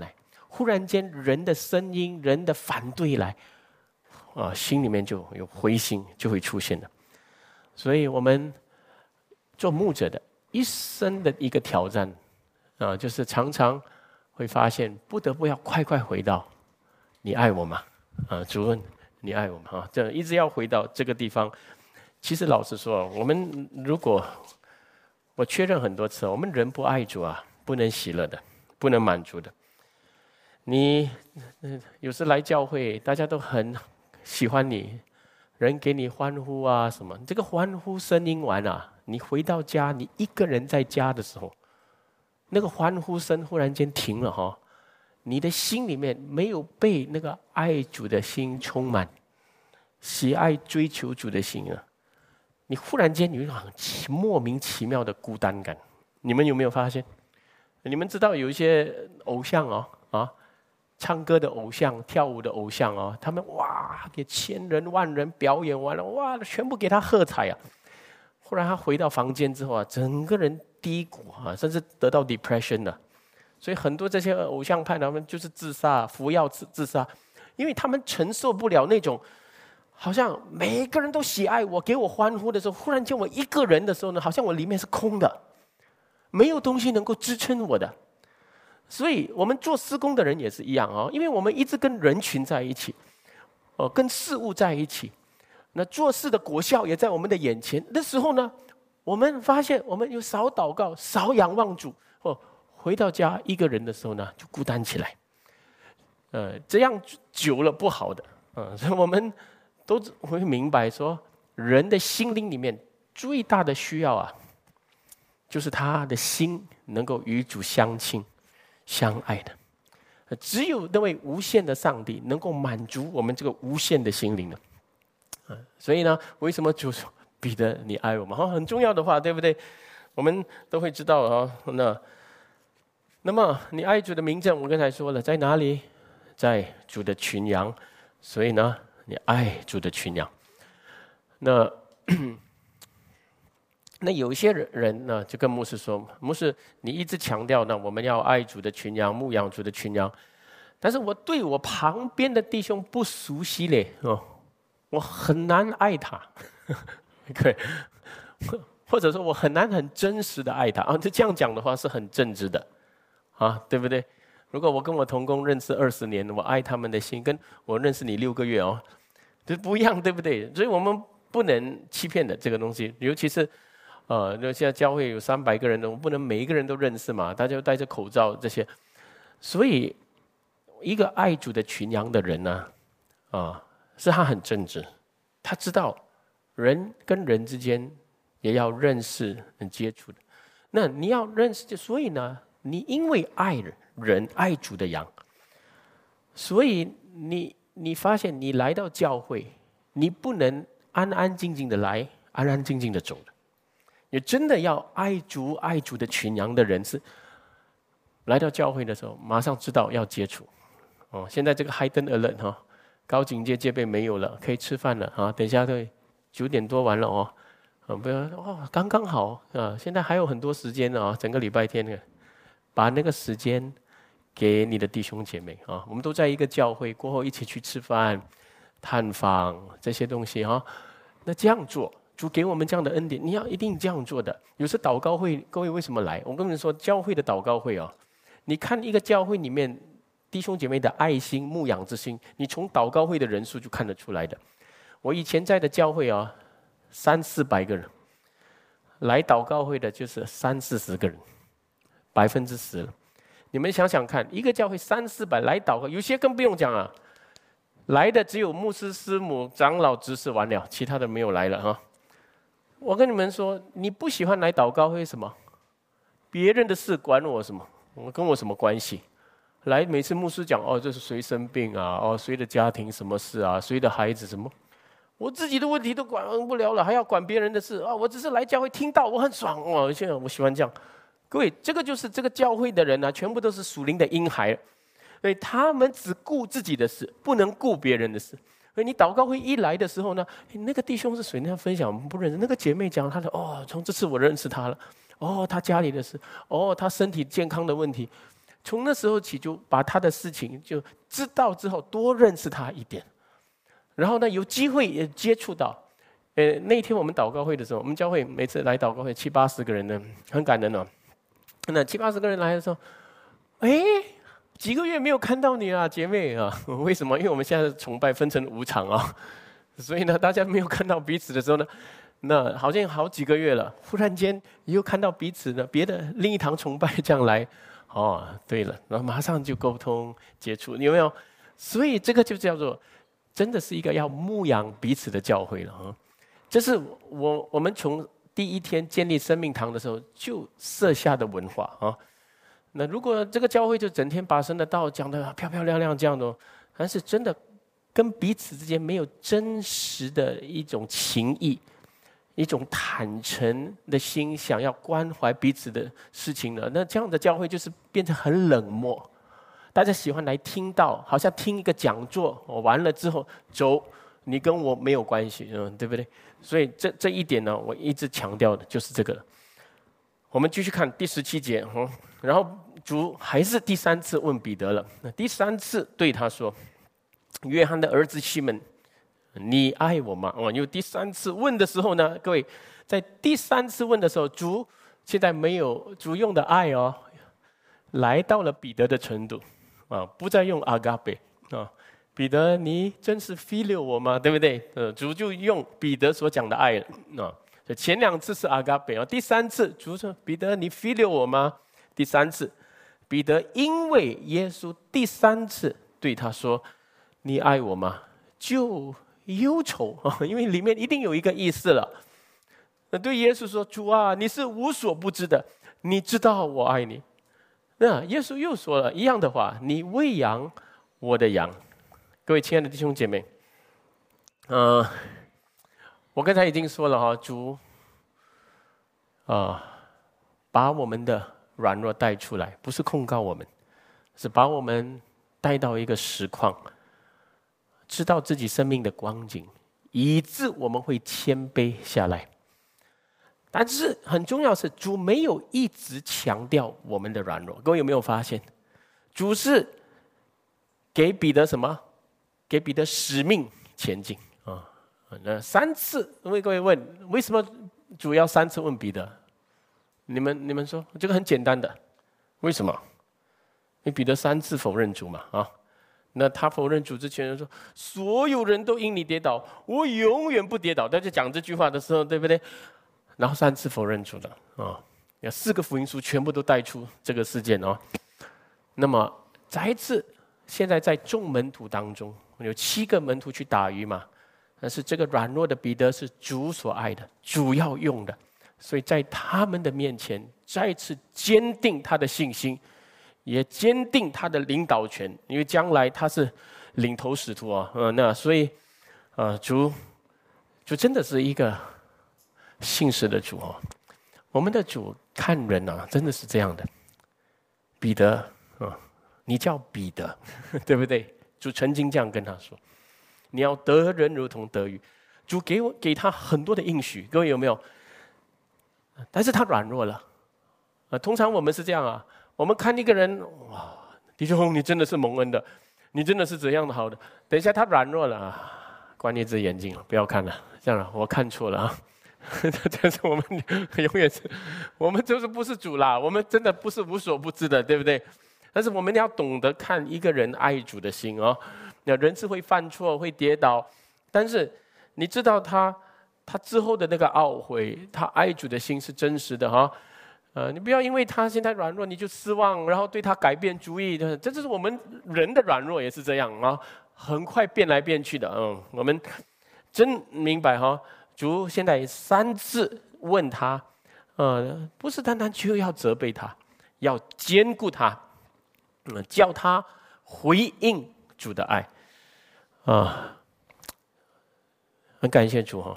Speaker 1: 忽然间人的声音、人的反对来，心里面就有灰心就会出现了。所以我们做牧者的一生的一个挑战就是常常会发现不得不要快快回到你爱我吗？主问你爱我吗？这一直要回到这个地方。其实老实说，我们如果我确认很多次，我们人不爱主不能喜乐的，不能满足的。你有时来教会，大家都很喜欢你，人给你欢呼什么，这个欢呼声音完你回到家，你一个人在家的时候，那个欢呼声忽然间停了你的心里面没有被那个爱主的心充满，喜爱追求主的心你忽然间有一种很莫名其妙的孤单感。你们有没有发现？你们知道有一些偶像唱歌的偶像、跳舞的偶像他们给千人万人表演完了全部给他喝彩忽然他回到房间之后整个人低谷甚至得到 depression 了。所以很多这些偶像派他们就是自杀，服药自杀，因为他们承受不了那种好像每个人都喜爱我，给我欢呼的时候，忽然间我一个人的时候呢，好像我里面是空的，没有东西能够支撑我的。所以我们做施工的人也是一样因为我们一直跟人群在一起跟事物在一起，那做事的果效也在我们的眼前。那时候呢，我们发现我们有少祷告，少仰望主回到家一个人的时候呢，就孤单起来。这样久了不好的所以我们都会明白说，人的心灵里面最大的需要就是他的心能够与主相亲相爱的。只有那位无限的上帝能够满足我们这个无限的心灵的。所以呢，为什么主说彼得你爱我吗？很重要的话，对不对？我们都会知道那么你爱主的明证，我刚才说了，在哪里？在主的群羊。所以呢，你爱主的群羊。那有一些人呢，就跟牧师说：“牧师，你一直强调呢，我们要爱主的群羊，牧养主的群羊。但是我对我旁边的弟兄不熟悉嘞我很难爱他，对，或者说我很难很真实的爱他这样讲的话是很正直的对不对？如果我跟我同工认识20年，我爱他们的心，跟我认识你6个月这不一样，对不对？所以我们不能欺骗的这个东西，尤其是现在教会有300个人，我们不能每一个人都认识嘛，大家都戴着口罩这些。所以一个爱主的群羊的人呢是他很正直，他知道人跟人之间也要认识接触的。那你要认识，所以呢，你因为爱人爱主的羊，所以你发现你来到教会，你不能安安静静的来，安安静静的走的。你真的要爱主的群羊的人，是来到教会的时候马上知道要接触现在这个 High Alert 高警戒戒备没有了，可以吃饭了等一下对9点多完了不要刚刚好现在还有很多时间整个礼拜天把那个时间给你的弟兄姐妹我们都在一个教会过后一起去吃饭、探访这些东西那这样做，主给我们这样的恩典，你要一定这样做的。有时祷告会，各位为什么来？我跟你们说，教会的祷告会你看一个教会里面弟兄姐妹的爱心、牧养之心，你从祷告会的人数就看得出来的。我以前在的教会300-400个人，来祷告会的就是30-40个人，10%了。你们想想看，一个教会300-400来祷告，有些更不用讲来的只有牧师、师母、长老、执事完了，其他的没有来了我跟你们说，你不喜欢来祷告会什么？别人的事管我什么？跟我什么关系？来每次牧师讲这是谁生病谁的家庭什么事谁的孩子什么？我自己的问题都管不了了，还要管别人的事我只是来教会听到，我很爽现在我喜欢这样。各位，这个就是这个教会的人全部都是属灵的婴孩，所以他们只顾自己的事，不能顾别人的事。所以你祷告会一来的时候呢，那个弟兄是谁？那样分享我们不认识。那个姐妹讲她的从这次我认识他了。他家里的事，他身体健康的问题。 从那时候起就把他的事情就知道之后，多认识他一点，然后呢有机会也接触到。那天我们祷告会的时候，我们教会每次来祷告会70-80个人呢，很感人哦。那70-80个人来的时候，几个月没有看到你啊，姐妹啊，为什么？因为我们现在的崇拜分成5场啊，所以呢，大家没有看到彼此的时候呢，那好像好几个月了，忽然间又看到彼此的别的另一堂崇拜这样来，对了，然后马上就沟通接触，有没有？所以这个就叫做，真的是一个要牧养彼此的教会了啊。这是我们从第一天建立生命堂的时候就设下的文化啊。那如果这个教会就整天把神的道讲得漂漂亮亮这样的，但是真的跟彼此之间没有真实的一种情谊，一种坦诚的心，想要关怀彼此的事情呢，那这样的教会就是变成很冷漠。大家喜欢来听道，好像听一个讲座，完了之后走，你跟我没有关系，对不对？所以这一点呢，我一直强调的就是这个。我们继续看第17节，然后主还是第3次问彼得了。那第3次对他说：“约翰的儿子西门，你爱我吗？”因为第3次问的时候呢，各位在第3次问的时候，主现在没有主用的爱来到了彼得的程度不再用阿嘎贝彼得，你真是 phileo 我吗？对不对？主就用彼得所讲的爱了前2次是阿嘎贝第3次主说：“彼得，你 phileo 我吗？”第3次，彼得因为耶稣第3次对他说：“你爱我吗？”就忧愁因为里面一定有一个意思了。那对耶稣说：“主啊，你是无所不知的，你知道我爱你。”那耶稣又说了一样的话：“你喂养我的羊。”各位亲爱的弟兄姐妹，我刚才已经说了主把我们的软弱带出来，不是控告我们，是把我们带到一个实况，知道自己生命的光景，以致我们会谦卑下来。但是很重要是，主没有一直强调我们的软弱。各位有没有发现，主是给彼得什么？给彼得使命前进那3次，为各位问，为什么主要3次问彼得？你们说这个很简单的，为什么？因为彼得3次否认主嘛那他否認主之前說，所有人都因你跌倒，我永遠不跌倒。但是講這句話的時候，對不對？然後3次否認主了4個福音書全部都帶出這個事件那麼再一次，現在在眾門徒當中，有7個門徒去打魚嘛，但是這個軟弱的彼得是主所愛的，主要用的，所以在他們的面前再次堅定他的信心，也堅定他的領導權，因為將來他是領頭使徒那所以主真的是一個信實的主我們的主看人真的是這樣的。彼得你叫彼得，對不對？主曾經這樣跟他說，你要得人如同得魚。主給他很多的應許，各位有沒有？但是他軟弱了通常我們是這樣我們看一個人，哇，弟兄你真的是蒙恩的，你真的是怎樣的好的。等一下他軟弱了關一隻眼睛不要看了，這樣我看錯了但是我們永遠是，我們就是不是主啦，我們真的不是無所不知的，對不對？但是我們要懂得看一個人愛主的心人是會犯錯會跌倒，但是你知道他之後的那個懊悔，他愛主的心是真實的你不要因為他現在軟弱你就失望，然後對他改變主意，這就是我們人的軟弱也是這樣很快變來變去的我們真明白主現在3次問他不是單單就要責備他，要堅固他叫他回應主的愛很感謝主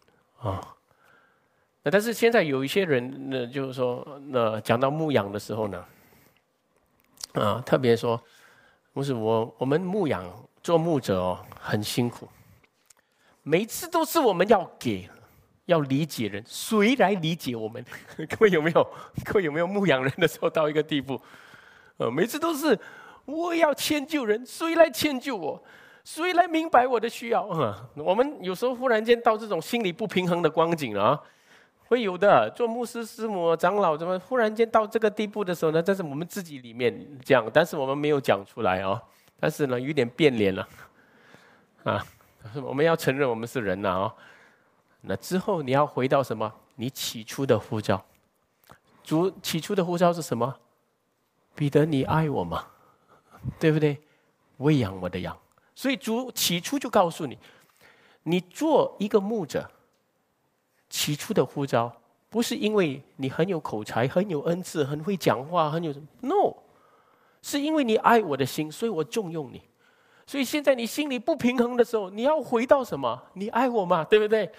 Speaker 1: 但是現在有一些人呢，就是說講到牧養的時候呢特別說不是我們牧養做牧者很辛苦，每次都是我們要理解人，誰來理解我們？各位有沒有牧養人的時候到一個地步每次都是我要迁就人，谁来迁就我？谁来明白我的需要？我们有时候忽然间到这种心理不平衡的光景啊，会有的。做牧师、师母、长老，怎么忽然间到这个地步的时候呢？这是我们自己里面讲，但是我们没有讲出来啊。但是呢，有点变脸了啊。我们要承认我们是人啊。那之后你要回到什么？你起初的呼召。主起初的呼召是什么？彼得，你爱我吗？对不对？喂养我的羊。所以主起初就告诉你，你做一个牧者，起初的呼召不是因为你很有口才、很有恩赐、很会讲话、很有什么 ，no， 是因为你爱我的心，所以我重用你。所以现在你心里不平衡的时候，你要回到什么？你爱我吗？对不对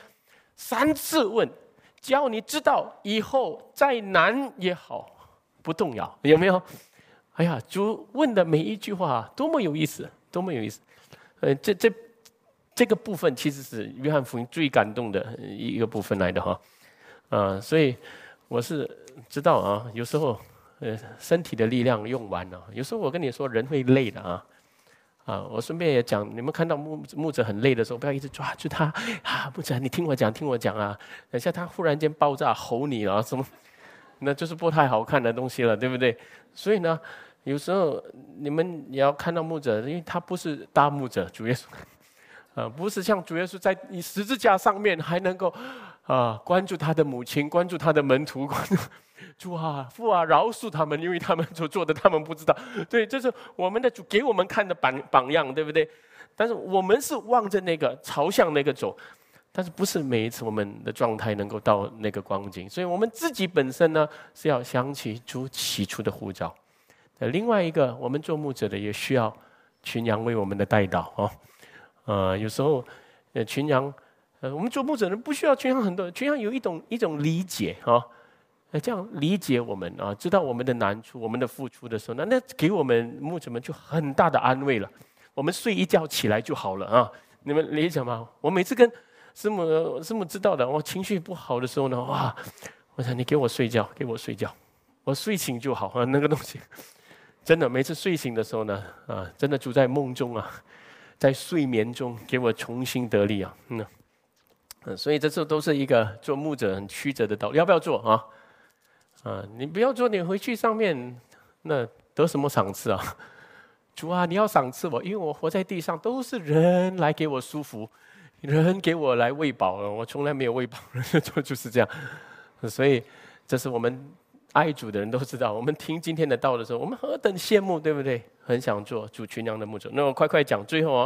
Speaker 1: ？3次问，叫你知道以后再难也好，不动摇，有没有？哎呀，主问的每一句话多么有意思，多么有意思！这个部分其实是约翰福音最感动的一个部分来的哈，所以我是知道啊，有时候身体的力量用完了，有时候我跟你说人会累的啊，我顺便也讲，你们看到牧者很累的时候，不要一直抓住他啊，牧者你听我讲啊，等一下他忽然间爆炸吼你了什么，那就是不太好看的东西了，对不对？所以呢。有时候你们也要看到牧者，因为他不是大牧者，主耶稣，不是像主耶稣在十字架上面还能够关注他的母亲，关注他的门徒，关注主啊父啊饶恕他们，因为他们所做的他们不知道。对，这是我们的主给我们看的榜样，对不对？但是我们是望着那个朝向那个走，但是不是每一次我们的状态能够到那个光景，所以我们自己本身呢是要想起主起初的呼召。另外一个，我们做牧者的也需要群羊为我们的带导有时候群羊，我们做牧者的不需要群羊很多，群羊有一种理解这样理解我们知道我们的难处、我们的付出的时候，那给我们牧者们就很大的安慰了。我们睡一觉起来就好了你们理解吗？我每次跟师母知道的，我情绪不好的时候呢，哇，我想你给我睡觉，给我睡觉，我睡醒就好那个东西。真的，每次睡醒的时候呢，真的主在梦中在睡眠中给我重新得力所以这都是一个做牧者很曲折的道理，要不要做你不要做，你回去上面那得什么赏赐主啊，你要赏赐我，因为我活在地上都是人来给我舒服，人给我来喂饱我从来没有喂饱人，就是这样。所以这是我们。爱主的人都知道，我们听今天的道的时候，我们何等羡慕，对不对？很想做主群羊的牧者。那我快讲，最后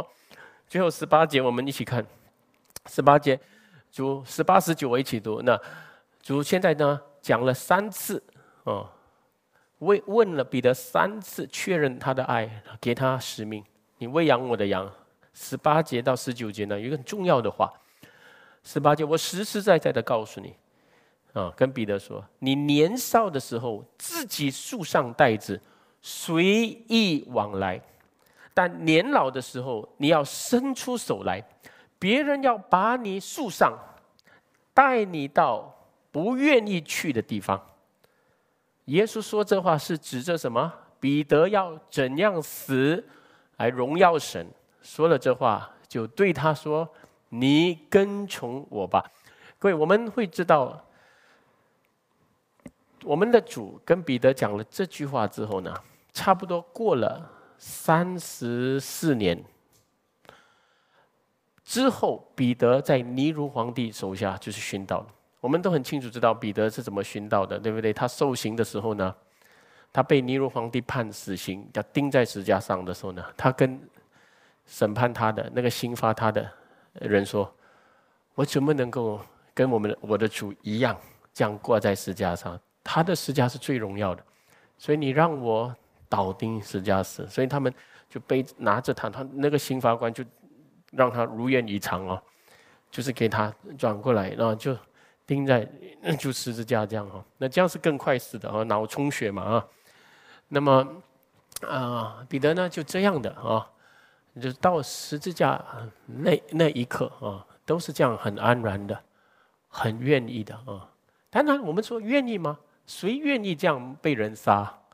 Speaker 1: 18节我们一起看。18节，主18、19我一起读。那主现在呢讲了3次问了彼得3次，确认他的爱，给他使命。你喂养我的羊。18节到19节呢有一个很重要的话。18节，我实实在在的告诉你。跟彼得说，你年少的时候自己束上带子，随意往来；但年老的时候，你要伸出手来，别人要把你束上，带你到不愿意去的地方。耶稣说这话是指着什么？彼得要怎样死来荣耀神？说了这话，就对他说：“你跟从我吧。”各位，我们会知道。我们的主跟彼得讲了这句话之后呢，差不多过了34年之后，彼得在尼禄皇帝手下就是殉道了。我们都很清楚知道彼得是怎么殉道的，对不对？他受刑的时候呢，他被尼禄皇帝判死刑，要钉在石架上的时候呢，他跟审判他的那个刑罚他的人说：“我怎么能够跟我的主一样，这样挂在石架上？”他的十架是最荣耀的，所以你让我倒钉十架死，所以他们就拿着他那个刑罚官就让他如愿以偿就是给他转过来，然后就钉在就十字架这样那这样是更快死的脑充血嘛那么彼得呢就这样的就到十字架那一刻都是这样很安然的，很愿意的当然我们说愿意吗？谁愿意这样被人杀？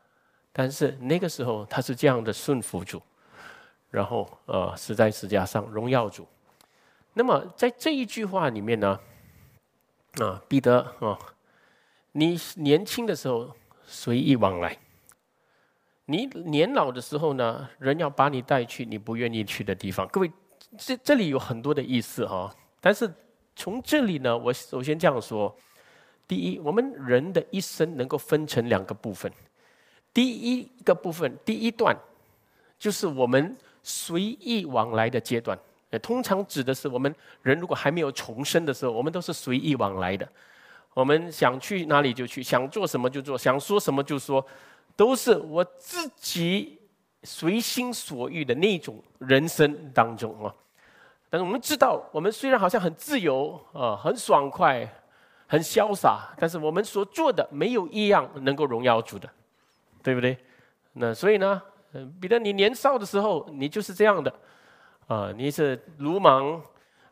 Speaker 1: 但是那个时候他是这样的顺服主，然后死在十字架上荣耀主。那么在这一句话里面呢，彼得你年轻的时候随意往来，你年老的时候呢，人要把你带去你不愿意去的地方。各位，这里有很多的意思但是从这里呢，我首先这样说：第一，我们人的一生能够分成2个部分。第一个部分，第一段就是我们随意往来的阶段。通常指的是我们人如果还没有重生的时候，我们都是随意往来的。我们想去哪里就去，想做什么就做，想说什么就说，都是我自己随心所欲的那种人生当中但是我们知道，我们虽然好像很自由很爽快、很潇洒，但是我们所做的没有一样能够荣耀主的，对不对？那所以呢，彼得，你年少的时候，你就是这样的。你是鲁莽，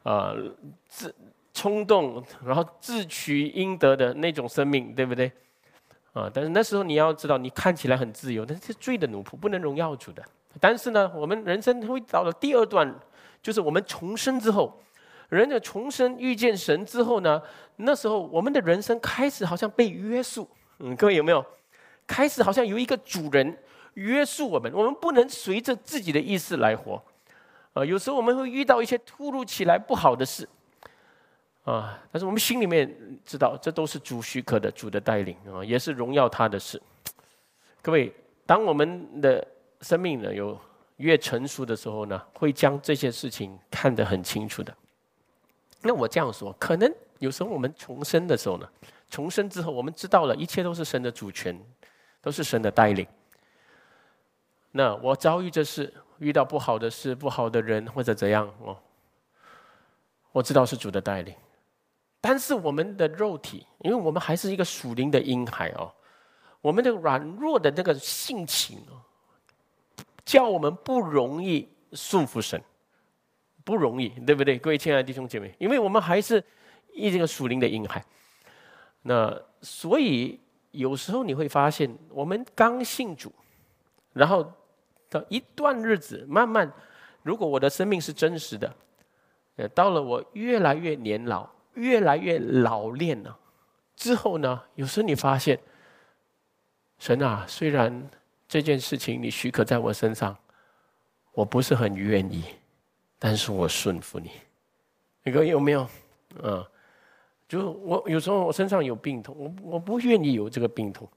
Speaker 1: 冲动，然后自取应得的那种生命，对不对？但是那时候你要知道，你看起来很自由，但是罪的奴仆，不能荣耀主的。但是呢，我们人生会到了第2段，就是我们重生之后，人的重生遇见神之后呢，那时候我们的人生开始好像被约束。各位有没有？开始好像有一个主人约束我们，我们不能随着自己的意思来活。有时候我们会遇到一些突如其来不好的事，但是我们心里面知道，这都是主许可的，主的带领也是荣耀他的事。各位，当我们的生命呢有越成熟的时候呢，会将这些事情看得很清楚的。那我这样说，可能有时候我们重生的时候呢，重生之后，我们知道了一切都是神的主权，都是神的带领。那我遭遇这事，遇到不好的事、不好的人或者怎样我知道是主的带领。但是我们的肉体，因为我们还是一个属灵的婴孩我们的软弱的那个性情叫我们不容易顺服神，不容易，对不对？各位亲爱的弟兄姐妹，因为我们还是一个属灵的婴孩。那所以有时候你会发现，我们刚信主，然后到一段日子，慢慢，如果我的生命是真实的，到了我越来越年老，越来越老练了之后呢，有时候你发现，神啊，虽然这件事情你许可在我身上，我不是很愿意，但是我顺服你。你各位有没有？就我有时候我身上有病痛，我不愿意有这个病痛，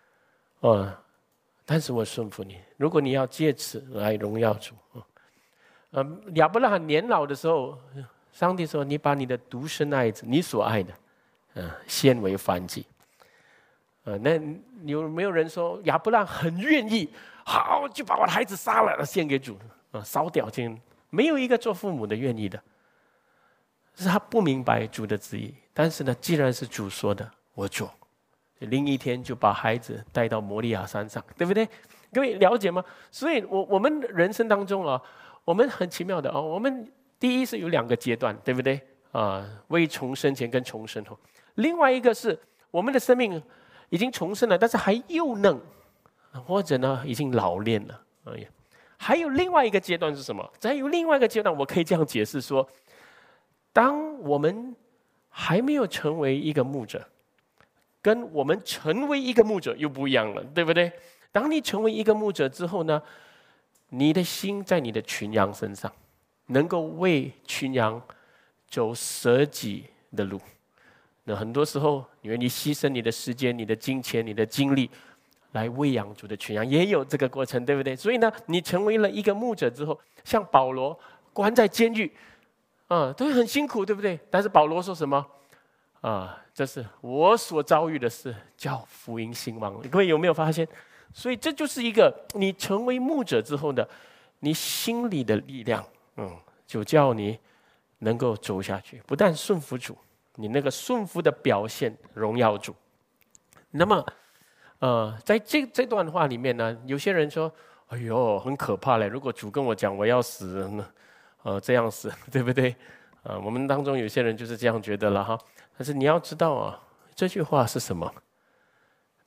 Speaker 1: 但是我顺服你。如果你要借此来荣耀主，亚伯拉罕年老的时候，上帝说：“你把你的独生爱子，你所爱的，献为燔祭。”那有没有人说亚伯拉罕很愿意，好就把我的孩子杀了献给主烧掉？没有一个做父母的愿意的，是他不明白主的旨意。但是呢，既然是主说的，我做。另一天就把孩子带到摩利亚山上，对不对？各位了解吗？所以我们人生当中我们很奇妙的我们第一是有2个阶段，对不对？未重生前跟重生后。另外一个是我们的生命已经重生了，但是还幼嫩，或者呢已经老练了。还有另外一个阶段是什么？还有另外一个阶段，我可以这样解释说：当我们还没有成为一个牧者，跟我们成为一个牧者又不一样了，对不对？当你成为一个牧者之后呢，你的心在你的群羊身上，能够为群羊走舍己的路。那很多时候，你愿意牺牲你的时间、你的金钱、你的精力，来喂养主的群羊，也有这个过程，对不对？所以呢，你成为了一个牧者之后，像保罗关在监狱，都很辛苦，对不对？但是保罗说什么？这是我所遭遇的事，叫福音兴旺。各位有没有发现？所以这就是一个你成为牧者之后的，你心里的力量，就叫你能够走下去。不但顺服主，你那个顺服的表现荣耀主。那么，在这段话里面呢，有些人说：“哎呦，很可怕嘞！如果主跟我讲我要死，这样死，对不对？”我们当中有些人就是这样觉得了哈。但是你要知道这句话是什么？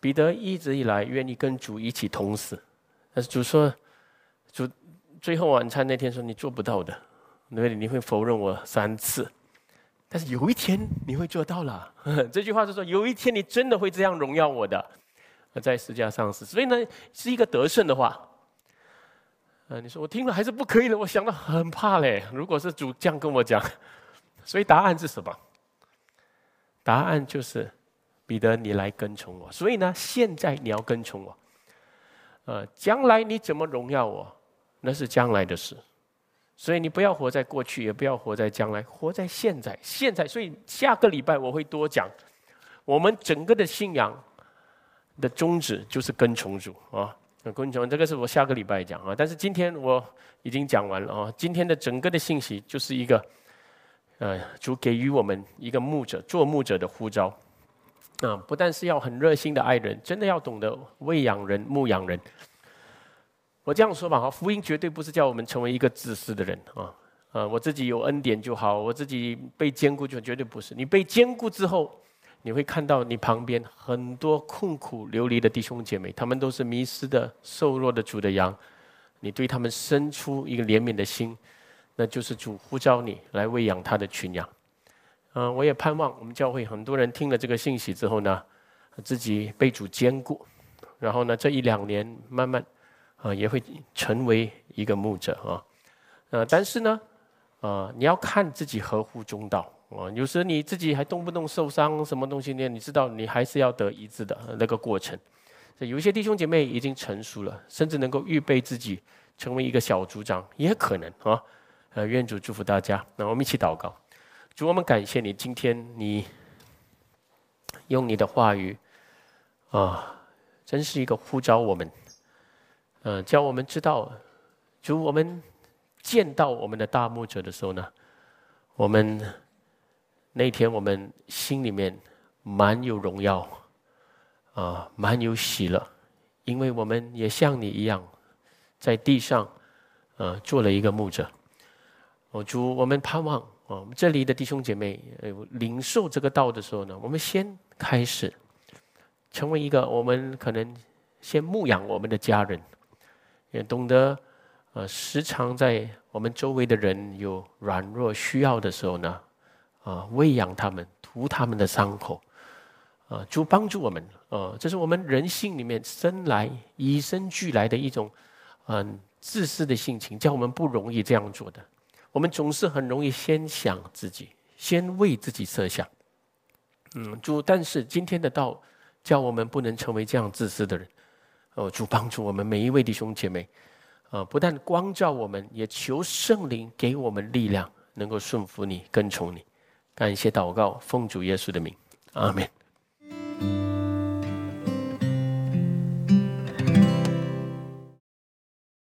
Speaker 1: 彼得一直以来愿意跟主一起同死，但是主说，主最后晚餐那天说你做不到的，因为你会否认我3次，但是有一天你会做到了。这句话是说有一天你真的会这样荣耀我的，在十字架上死。所以呢，是一个得胜的话。你说我听了还是不可以的，我想到很怕嘞。如果是主这样跟我讲，所以答案是什么？答案就是彼得，你来跟从我。所以呢，现在你要跟从我。将来你怎么荣耀我，那是将来的事。所以你不要活在过去，也不要活在将来，活在现在。现在，所以下个礼拜我会多讲，我们整个的信仰的宗旨就是跟从主啊。跟从这个是我下个礼拜讲啊，但是今天我已经讲完了啊。今天的整个的信息就是一个，主给予我们一个牧者做牧者的呼召啊，不但是要很热心的爱人，真的要懂得喂养人、牧养人。我这样说吧，福音绝对不是叫我们成为一个自私的人啊。我自己有恩典就好，我自己被坚固就绝对不是。你被坚固之后，你会看到你旁边很多困苦流离的弟兄姐妹，他们都是迷失的、瘦弱的主的羊。你对他们生出一个怜悯的心，那就是主呼召你来喂养他的群羊。我也盼望我们教会很多人听了这个信息之后呢，自己被主坚固，然后呢，这1-2年慢慢也会成为一个牧者但是呢，你要看自己合乎中道。有时你自己还动不动受伤，什么东西呢？你知道，你还是要得医治的那个过程。所以有一些弟兄姐妹已经成熟了，甚至能够预备自己成为一个小组长，也可能愿主祝福大家。那我们一起祷告。主，我们感谢你，今天你用你的话语真是一个呼召我们，叫我们知道，主，我们见到我们的大牧者的时候呢，我们那天我们心里面满有荣耀满有喜乐，因为我们也像你一样在地上做了一个牧者。主，我们盼望我们这里的弟兄姐妹领受这个道的时候呢，我们先开始成为一个，我们可能先牧养我们的家人，也懂得时常在我们周围的人有软弱需要的时候呢，喂养他们，涂他们的伤口，主帮助我们，这是我们人性里面生来与生俱来的一种自私的性情，叫我们不容易这样做的。我们总是很容易先想自己，先为自己设想。主，但是今天的道叫我们不能成为这样自私的人。主帮助我们每一位弟兄姐妹，不但光照我们，也求圣灵给我们力量，能够顺服你，跟从你。感谢祷告，奉主耶稣的名，阿们。